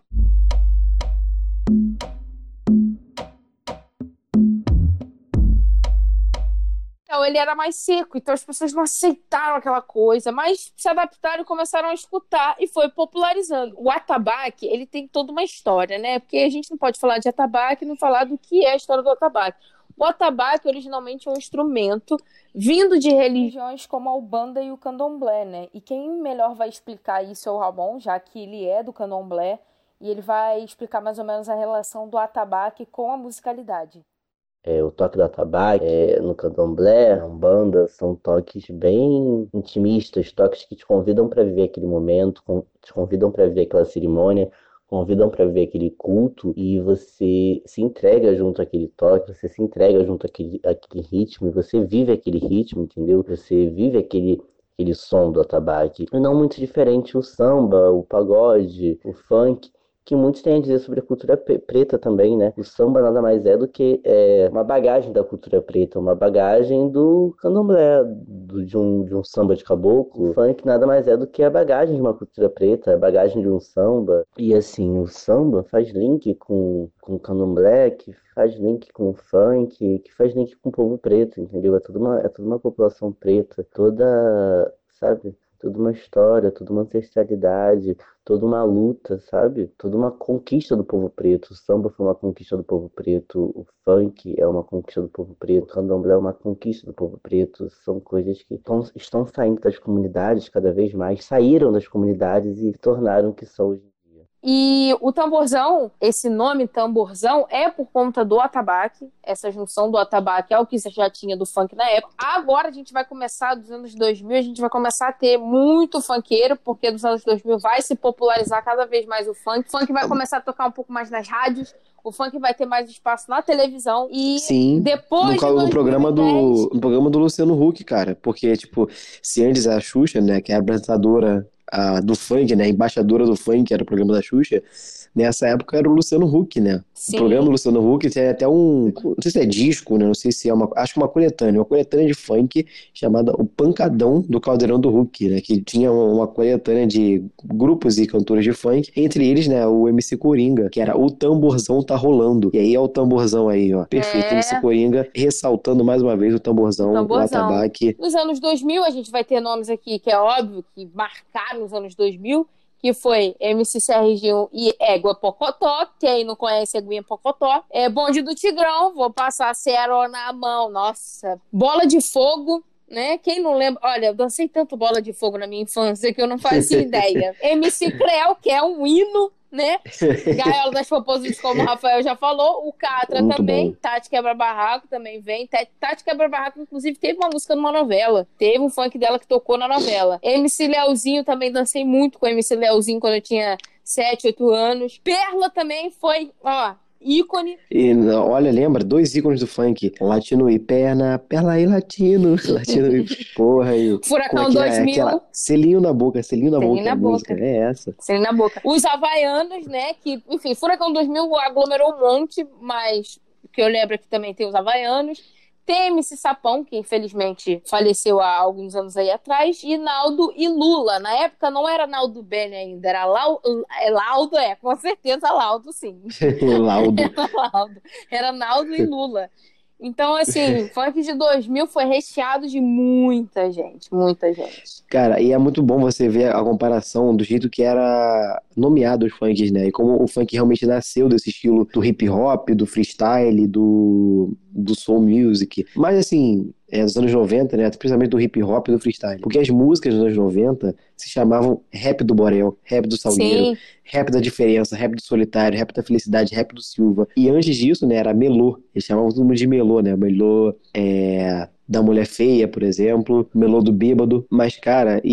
S5: Então, ele era mais seco, então as pessoas não aceitaram aquela coisa, mas se adaptaram e começaram a escutar e foi popularizando. O atabaque, ele tem toda uma história, né? Porque a gente não pode falar de atabaque e não falar do que é a história do atabaque. O atabaque, originalmente, é um instrumento vindo de religiões como a Umbanda e o Candomblé, né? E quem melhor vai explicar isso é o Ramon, já que ele é do Candomblé, e ele vai explicar mais ou menos a relação do atabaque com a musicalidade.
S9: É, o toque do atabaque, é, no candomblé, na umbanda, são toques bem intimistas, toques que te convidam para viver aquele momento, com, te convidam para viver aquela cerimônia, convidam para viver aquele culto, e você se entrega junto àquele toque, você se entrega junto àquele, àquele ritmo, e você vive aquele ritmo, entendeu? Você vive aquele, aquele som do atabaque. E não muito diferente o samba, o pagode, o funk, que muitos têm a dizer sobre a cultura preta também, né? O samba nada mais é do que é, uma bagagem da cultura preta, uma bagagem do candomblé, do, de, um, de um samba de caboclo. O funk nada mais é do que a bagagem de uma cultura preta, a bagagem de um samba. E assim, o samba faz link com, com o candomblé, que faz link com o funk, que faz link com o povo preto, entendeu? É toda uma, é toda uma população preta, toda, sabe... Toda uma história, toda uma ancestralidade, toda uma luta, sabe? Toda uma conquista do povo preto. O samba foi uma conquista do povo preto, o funk é uma conquista do povo preto, o candomblé é uma conquista do povo preto. São coisas que estão, estão saindo das comunidades cada vez mais, saíram das comunidades e se tornaram o que são hoje em dia.
S5: E o tamborzão, esse nome tamborzão, é por conta do atabaque, essa junção do atabaque ao que você já tinha do funk na época. Agora a gente vai começar, dos anos dois mil, a gente vai começar a ter muito funkeiro, porque dos anos dois mil vai se popularizar cada vez mais o funk. O funk vai começar a tocar um pouco mais nas rádios, o funk vai ter mais espaço na televisão. E
S6: Sim,
S5: depois
S6: no,
S5: de
S6: no, programa do,
S5: dois mil e dez...
S6: no programa do Luciano Huck, cara, porque, tipo, se antes a Xuxa, né, que é a apresentadora a, do funk, né, a embaixadora do funk, era o programa da Xuxa, nessa época era o Luciano Huck, né?
S5: Sim.
S6: O programa do Luciano Huck tem até um, não sei se é disco, né, não sei se é uma, acho que uma coletânea, uma coletânea de funk chamada O Pancadão do Caldeirão do Huck, né, que tinha uma coletânea de grupos e cantores de funk, entre eles, né, o M C Coringa, que era O Tamborzão Tá Rolando, e aí é o tamborzão aí, ó, perfeito,
S5: É.
S6: M C Coringa ressaltando mais uma vez o tamborzão,
S5: O tamborzão.
S6: o atabaque.
S5: Nos anos dois mil, a gente vai ter nomes aqui que é óbvio que marcaram os anos dois mil, que foi M C Serginho e Égua Pocotó. Quem não conhece Eguinha Pocotó. É Bonde do Tigrão, vou passar cero na mão. Nossa, Bola de Fogo, né? Quem não lembra? Olha, eu dancei tanto Bola de Fogo na minha infância que eu não fazia ideia. M C Creu, que é um hino né? Gaiola das Poposas, como o Rafael já falou. O Catra
S6: Muito
S5: também.
S6: bom.
S5: Tati Quebra-Barraco também vem. Tati Quebra-Barraco, inclusive, teve uma música numa novela. Teve um funk dela que tocou na novela. M C Leozinho, também dancei muito com M C Leozinho quando eu tinha sete, oito anos. Perla também foi, ó, ícone.
S6: E, olha, lembra? Dois ícones do funk. Latino e perna, perla e latino. Latino e porra. E,
S5: Furacão
S6: como é que é?
S5: dois mil.
S6: Aquela selinho na boca, selinho na
S5: Selinho
S6: boca.
S5: na
S6: a
S5: boca.
S6: música. É essa.
S5: Selinho na boca. Os Havaianos, né? Que, enfim, Furacão dois mil aglomerou um monte, mas o que eu lembro é que também tem os Havaianos. Tem M C Sapão, que infelizmente faleceu há alguns anos aí atrás, e Naldo e Lula. Na época não era Naldo Bene ainda, era Lau... é, Laudo, é, com certeza Laudo, sim.
S6: Laudo.
S5: Era Laudo. Era Naldo e Lula. Então, assim, funk de dois mil foi recheado de muita gente, muita gente.
S6: Cara, e é muito bom você ver a comparação do jeito que era nomeado os funks, né? E como o funk realmente nasceu desse estilo do hip hop, do freestyle, do, do soul music. Mas, assim, é, dos anos noventa, né? Principalmente do hip hop e do freestyle. Porque as músicas dos anos noventa se chamavam rap do Borel, rap do Salgueiro,
S5: Sim.
S6: rap da Diferença, rap do Solitário, rap da Felicidade, rap do Silva. E antes disso, né, era melô. Eles chamavam todo mundo de melô, né? Melô é, da Mulher Feia, por exemplo, melô do Bêbado. Mas, cara,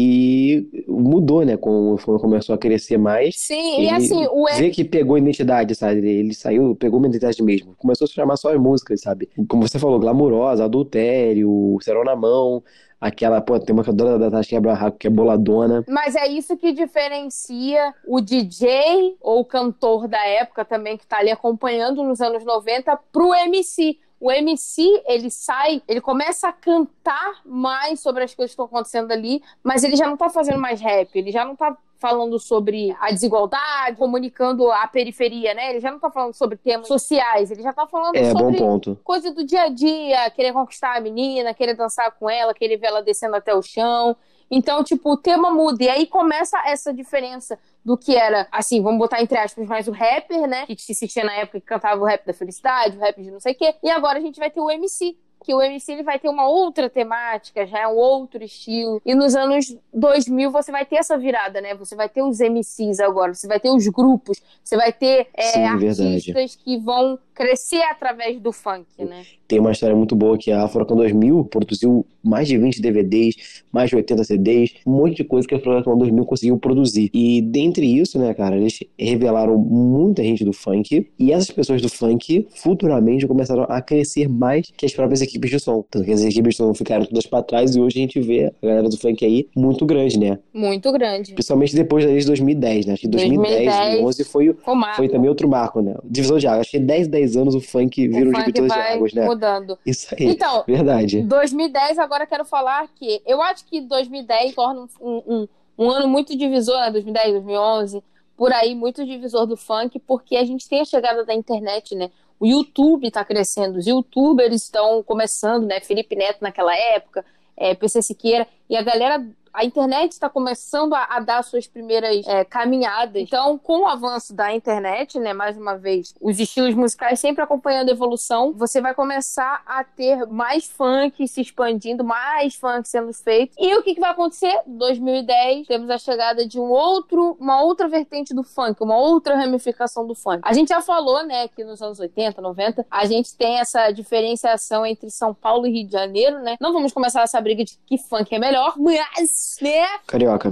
S6: e mudou, né? Quando começou a crescer mais.
S5: Sim,
S6: ele
S5: e assim, o
S6: vê que pegou identidade, sabe? Ele saiu, pegou uma identidade mesmo. Começou a se chamar só as músicas, sabe? Como você falou, Glamurosa, Adultério, Cerol na Mão. Aquela, pô, tem uma cantora da Tati Quebra-Barraco que é boladona.
S5: Mas é isso que diferencia o D J ou o cantor da época também, que tá ali acompanhando nos anos noventa, pro M C. O M C, ele sai, ele começa a cantar mais sobre as coisas que estão acontecendo ali, mas ele já não tá fazendo mais rap, ele já não tá falando sobre a desigualdade, comunicando a periferia, né? Ele já não tá falando sobre temas sociais, ele já tá falando
S6: É, bom
S5: sobre
S6: ponto.
S5: coisa do dia a dia, querer conquistar a menina, querer dançar com ela, querer ver ela descendo até o chão. Então, tipo, o tema muda. E aí começa essa diferença do que era, assim, vamos botar entre aspas, mais o rapper, né? Que se assistia na época que cantava o rap da felicidade, o rap de não sei o quê. E agora a gente vai ter o M C. Que o M C ele vai ter uma outra temática, já é um outro estilo. E nos anos dois mil você vai ter essa virada, né? Você vai ter os M Cs agora, você vai ter os grupos, você vai ter é,
S6: Sim,
S5: artistas
S6: verdade.
S5: que vão crescer através do funk, né?
S6: Tem uma história muito boa que a Furacão dois mil produziu mais de vinte D V Ds, mais de oitenta C Ds, um monte de coisa que a Furacão dois mil conseguiu produzir. E dentre isso, né, cara, eles revelaram muita gente do funk, e essas pessoas do funk futuramente começaram a crescer mais que as próprias equipes de som. Tanto que as equipes de som ficaram todas pra trás e hoje a gente vê a galera do funk aí muito grande, né?
S5: Muito grande.
S6: Principalmente depois da de dois mil e dez, né? Acho que dois mil e dez, dois mil e onze foi,
S5: foi, marco.
S6: foi também outro marco, né? Divisão de águas. Acho que dez, dez anos o funk vira
S5: o
S6: um
S5: funk
S6: divisor de
S5: vai
S6: águas, né?
S5: mudando.
S6: Isso aí,
S5: então,
S6: verdade.
S5: dois mil e dez, agora quero falar que eu acho que dois mil e dez torna um, um, um ano muito divisor, né? dois mil e dez, dois mil e onze, por aí, muito divisor do funk, porque a gente tem a chegada da internet, né? O YouTube tá crescendo, os youtubers estão começando, né? Felipe Neto naquela época, é, P C Siqueira, e a galera... A internet está começando a, a dar suas primeiras é, caminhadas. Então, com o avanço da internet, né, mais uma vez, os estilos musicais sempre acompanhando a evolução, você vai começar a ter mais funk se expandindo, mais funk sendo feito. E o que, que vai acontecer? dois mil e dez, temos a chegada de um outro, uma outra vertente do funk, uma outra ramificação do funk. A gente já falou, né, que nos anos oitenta, noventa, a gente tem essa diferenciação entre São Paulo e Rio de Janeiro, né? Não vamos começar essa briga de que funk é melhor, mas... né?
S6: Carioca.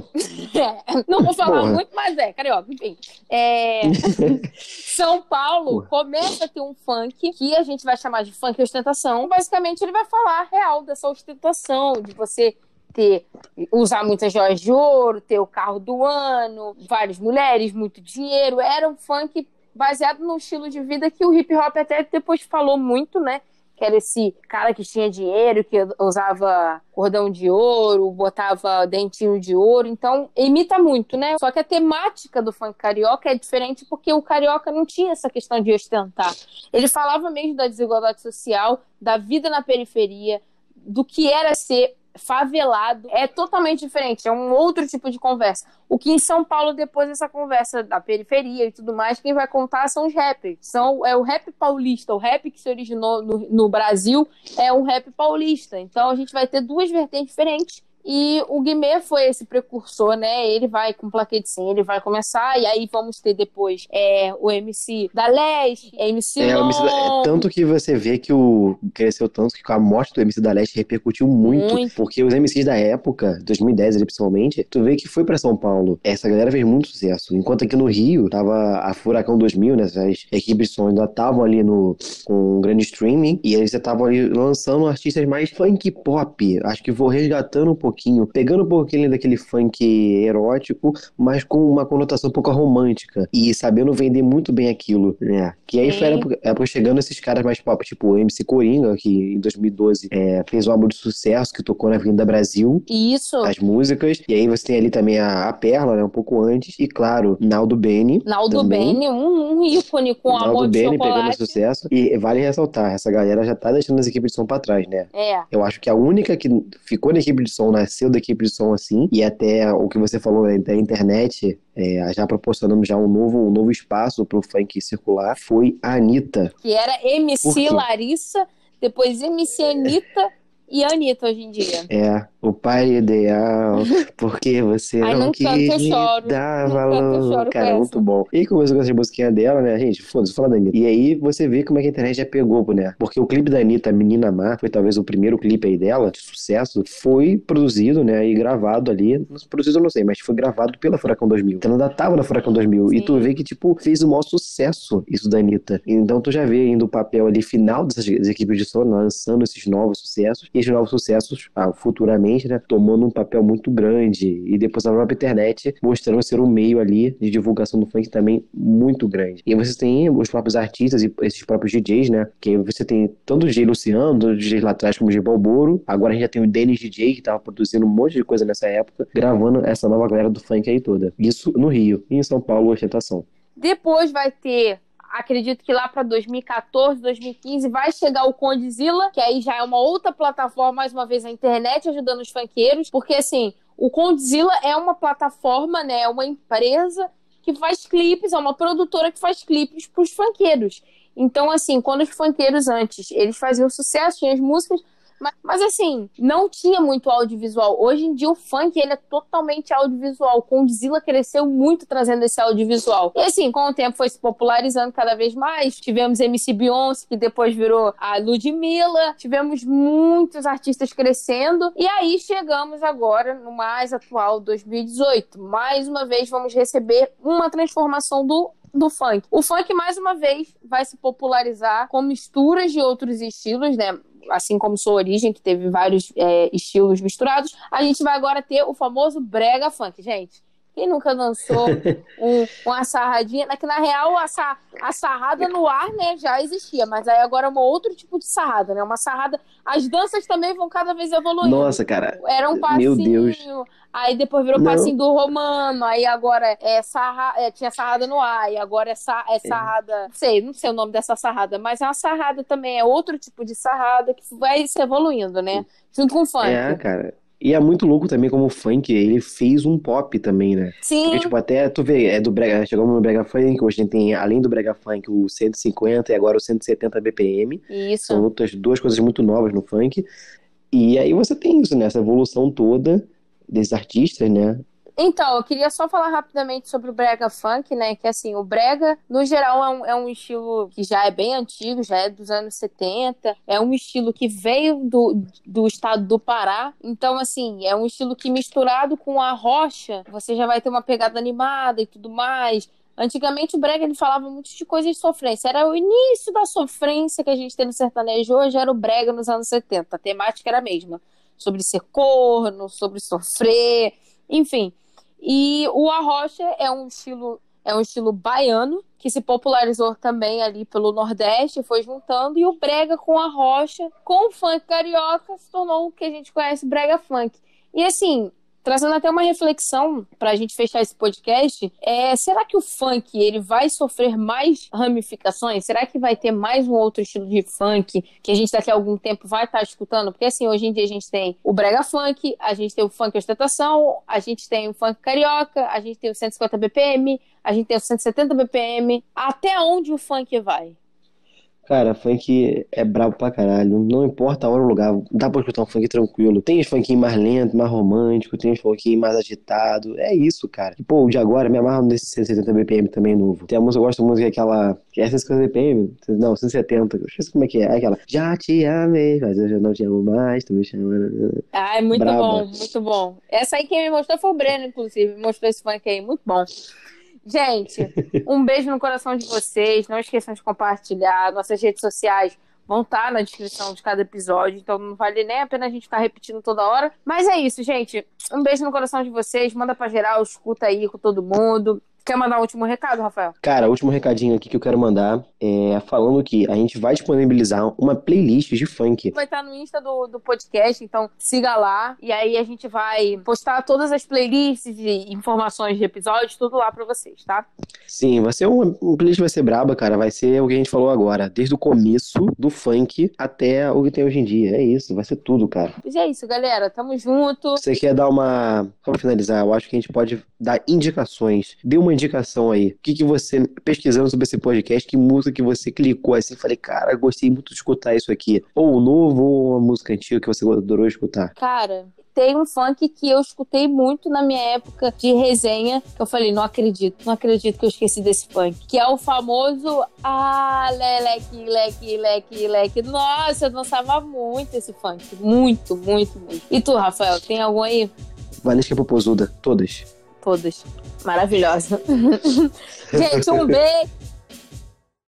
S5: É, não vou falar
S6: Porra.
S5: muito, mas é, carioca, enfim. É... São Paulo
S6: Porra.
S5: começa a ter um funk que a gente vai chamar de funk ostentação. Basicamente, ele vai falar real dessa ostentação, de você ter, usar muitas joias de ouro, ter o carro do ano, várias mulheres, muito dinheiro. Era um funk baseado no estilo de vida que o hip hop até depois falou muito, né? Que era esse cara que tinha dinheiro, que usava cordão de ouro, botava dentinho de ouro. Então, imita muito, né? Só que a temática do funk carioca é diferente porque o carioca não tinha essa questão de ostentar. Ele falava mesmo da desigualdade social, da vida na periferia, do que era ser favelado. É totalmente diferente, é um outro tipo de conversa. O que em São Paulo, depois dessa conversa da periferia e tudo mais, quem vai contar são os rappers. São, é o rap paulista, o rap que se originou no, no Brasil é um rap paulista. Então a gente vai ter duas vertentes diferentes E o Guimê foi esse precursor, né? Ele vai com Plaquete Sim, ele vai começar, e aí vamos ter depois é, o M C da Leste, M C
S6: É, o M C da... é, tanto que você vê que o cresceu tanto que a morte do M C da Leste repercutiu muito,
S5: Muito.
S6: porque os M Cs da época, dois mil e dez ali principalmente, tu vê que foi pra São Paulo. Essa galera fez muito sucesso. Enquanto aqui no Rio, tava a Furacão dois mil, né? Essas equipes de som ainda estavam ali no, com um grande streaming, e eles já estavam ali lançando artistas mais funk pop. Acho que vou resgatando um pouquinho, pegando um pouquinho daquele funk erótico, mas com uma conotação um pouco romântica, e sabendo vender muito bem aquilo, né? Que aí
S5: Sim.
S6: foi a época, a época chegando esses caras mais pop, tipo o M C Coringa, que em dois mil e doze é, fez um álbum de sucesso que tocou na Avenida Brasil,
S5: Isso.
S6: as músicas, e aí você tem ali também a, a Perla, né, um pouco antes, e claro, Naldo Bene.
S5: Naldo
S6: também.
S5: Bene, um, um ícone com
S6: Naldo
S5: amor de
S6: Bene pegando
S5: chocolate.
S6: sucesso, e vale ressaltar, essa galera já tá deixando as equipes de som pra trás, né?
S5: É.
S6: Eu acho que a única que ficou na equipe de som, nasceu da equipe de som assim, e até o que você falou né, da internet, é, já proporcionando já um novo, um novo espaço pro funk circular, foi a Anitta.
S5: Que era M
S6: Por
S5: C
S6: quê?
S5: Larissa, depois M C Anitta e Anitta hoje em dia.
S6: É, o pai ideal, porque você
S5: Ai,
S6: não
S5: não
S6: quis
S5: canto, eu
S6: me
S5: choro.
S6: dar
S5: Não canto, eu
S6: valor.
S5: choro com
S6: Cara,
S5: essa.
S6: muito bom. E começou com essa musiquinha dela, né, gente? Foda-se, fala da Anitta. E aí você vê como é que a internet já pegou, né? Porque o clipe da Anitta, Menina Má, foi talvez o primeiro clipe aí dela, de sucesso, foi produzido, né, e gravado ali. Produzido eu não sei, mas foi gravado pela Furacão dois mil. Então ela ainda tava na Furacão dois mil.
S5: Sim.
S6: E tu vê que, tipo, fez o maior sucesso isso da Anitta. Então tu já vê ainda o papel ali final dessas equipes de som, lançando esses novos sucessos. E esses novos sucessos ah, futuramente, né, tomando um papel muito grande, e depois a própria internet mostrando ser um meio ali de divulgação do funk também muito grande. E aí você tem os próprios artistas e esses próprios D Js, né, que aí você tem tanto o D J Luciano, tanto o D J lá atrás como o D J Balboro, agora a gente já tem o Dennis D J, que tava produzindo um monte de coisa nessa época, gravando essa nova galera do funk aí toda. Isso no Rio, e em São Paulo, ostentação.
S5: Depois vai ter, acredito que lá para dois mil e quatorze, dois mil e quinze, vai chegar o Condzilla, que aí já é uma outra plataforma, mais uma vez a internet ajudando os funkeiros, porque assim, o Condzilla é uma plataforma, né, é uma empresa que faz clipes, é uma produtora que faz clipes para os funkeiros. Então, assim, quando os funkeiros antes, eles faziam sucesso, tinham as músicas, Mas, mas assim, não tinha muito audiovisual. Hoje em dia o funk ele é totalmente audiovisual. O Condzilla cresceu muito trazendo esse audiovisual. E assim, com o tempo foi se popularizando cada vez mais. Tivemos M C Beyoncé, que depois virou a Ludmilla. Tivemos muitos artistas crescendo. E aí chegamos agora no mais atual dois mil e dezoito. Mais uma vez vamos receber uma transformação do do funk. O funk, mais uma vez, vai se popularizar com misturas de outros estilos, né? Assim como sua origem, que teve vários é, estilos misturados. A gente vai agora ter o famoso brega funk, gente. Quem nunca dançou um, uma sarradinha? É que, na real, a, sa, a sarrada no ar, né, já existia. Mas aí agora é um outro tipo de sarrada, né? Uma sarrada... As danças também vão cada vez evoluindo.
S6: Nossa, cara.
S5: Era um passinho,
S6: Meu Deus.
S5: aí depois virou
S6: Não.
S5: passinho do romano, aí agora é sarra, é, tinha sarrada no ar, e agora é, sa, é sarrada... Não sei, não sei o nome dessa sarrada, mas é uma sarrada também, é outro tipo de sarrada que vai se evoluindo, né? Junto com o funk.
S6: É, cara. E é muito louco também como o funk, ele fez um pop também, né?
S5: Sim.
S6: Porque, tipo, até, tu vê, é do brega, chegamos no brega funk, hoje a gente tem, além do brega funk, o cento e cinquenta e agora o cento e setenta B P M.
S5: Isso.
S6: São outras duas coisas muito novas no funk. E aí você tem isso, né? Essa evolução toda desses artistas, né?
S5: Então, eu queria só falar rapidamente sobre o brega funk, né? Que assim, o brega, no geral, é um, é um estilo que já é bem antigo, já é dos anos setenta. É um estilo que veio do, do estado do Pará. Então, assim, é um estilo que misturado com a rocha, você já vai ter uma pegada animada e tudo mais. Antigamente o brega ele falava muito de coisas de sofrência. Era o início da sofrência que a gente tem no sertanejo hoje, era o brega nos anos setenta. A temática era a mesma. Sobre ser corno, sobre sofrer, enfim... E o arrocha é um estilo, é um estilo baiano, que se popularizou também ali pelo Nordeste, foi juntando, e o brega com a rocha, com o funk carioca, se tornou o que a gente conhece brega funk. E assim, trazendo até uma reflexão para a gente fechar esse podcast, é, será que o funk ele vai sofrer mais ramificações? Será que vai ter mais um outro estilo de funk que a gente daqui a algum tempo vai estar escutando? Porque assim, hoje em dia a gente tem o brega funk, a gente tem o funk ostentação, a gente tem o funk carioca, a gente tem o cento e cinquenta B P M, a gente tem o cento e setenta B P M. Até onde o funk vai?
S6: Cara, funk é brabo pra caralho. Não importa a hora ou o lugar, dá pra escutar um funk tranquilo. Tem os funkinhos mais lento, mais romântico, tem os funkinhos mais agitado. É isso, cara. E, pô, o de agora me amarra nesse cento e setenta B P M também novo. Tem a música, eu gosto da música aquela. Que é cento e cinquenta B P M? Não, cento e setenta. Eu esqueci como é que é. É aquela. Já te amei, mas eu já não te amo mais, tu me chamando.
S5: Ai, muito
S6: Braba.
S5: bom, muito bom. Essa aí quem me mostrou foi o Breno, inclusive. Me mostrou esse funk aí, muito bom. Gente, um beijo no coração de vocês. Não esqueçam de compartilhar. Nossas redes sociais vão estar na descrição de cada episódio, então não vale nem a pena a gente ficar repetindo toda hora. Mas é isso, gente. Um beijo no coração de vocês. Manda pra geral, escuta aí com todo mundo. Quer mandar um último recado, Rafael?
S6: Cara, último recadinho aqui que eu quero mandar é falando que a gente vai disponibilizar uma playlist de funk.
S5: Vai estar no Insta do, do podcast, então siga lá. E aí a gente vai postar todas as playlists e informações de episódios, tudo lá pra vocês, tá?
S6: Sim, vai ser uma, uma playlist vai ser braba, cara. Vai ser o que a gente falou agora. Desde o começo do funk até o que tem hoje em dia. É isso, vai ser tudo, cara.
S5: Pois é isso, galera. Tamo junto.
S6: Você quer dar uma... Só pra finalizar, eu acho que a gente pode dar indicações. Dê uma indicação aí. O que, que você, pesquisando sobre esse podcast, que música que você clicou assim, falei, cara, gostei muito de escutar isso aqui. Ou o novo, ou uma música antiga que você adorou escutar.
S5: Cara, tem um funk que eu escutei muito na minha época de resenha, que eu falei, não acredito, não acredito que eu esqueci desse funk. Que é o famoso Ah, leleque, leque, leque, leque. Nossa, eu dançava muito esse funk. Muito, muito, muito. E tu, Rafael, tem algum aí?
S6: Valesca Popozuda, todas.
S5: Todas. Maravilhosa. Gente, um beijo.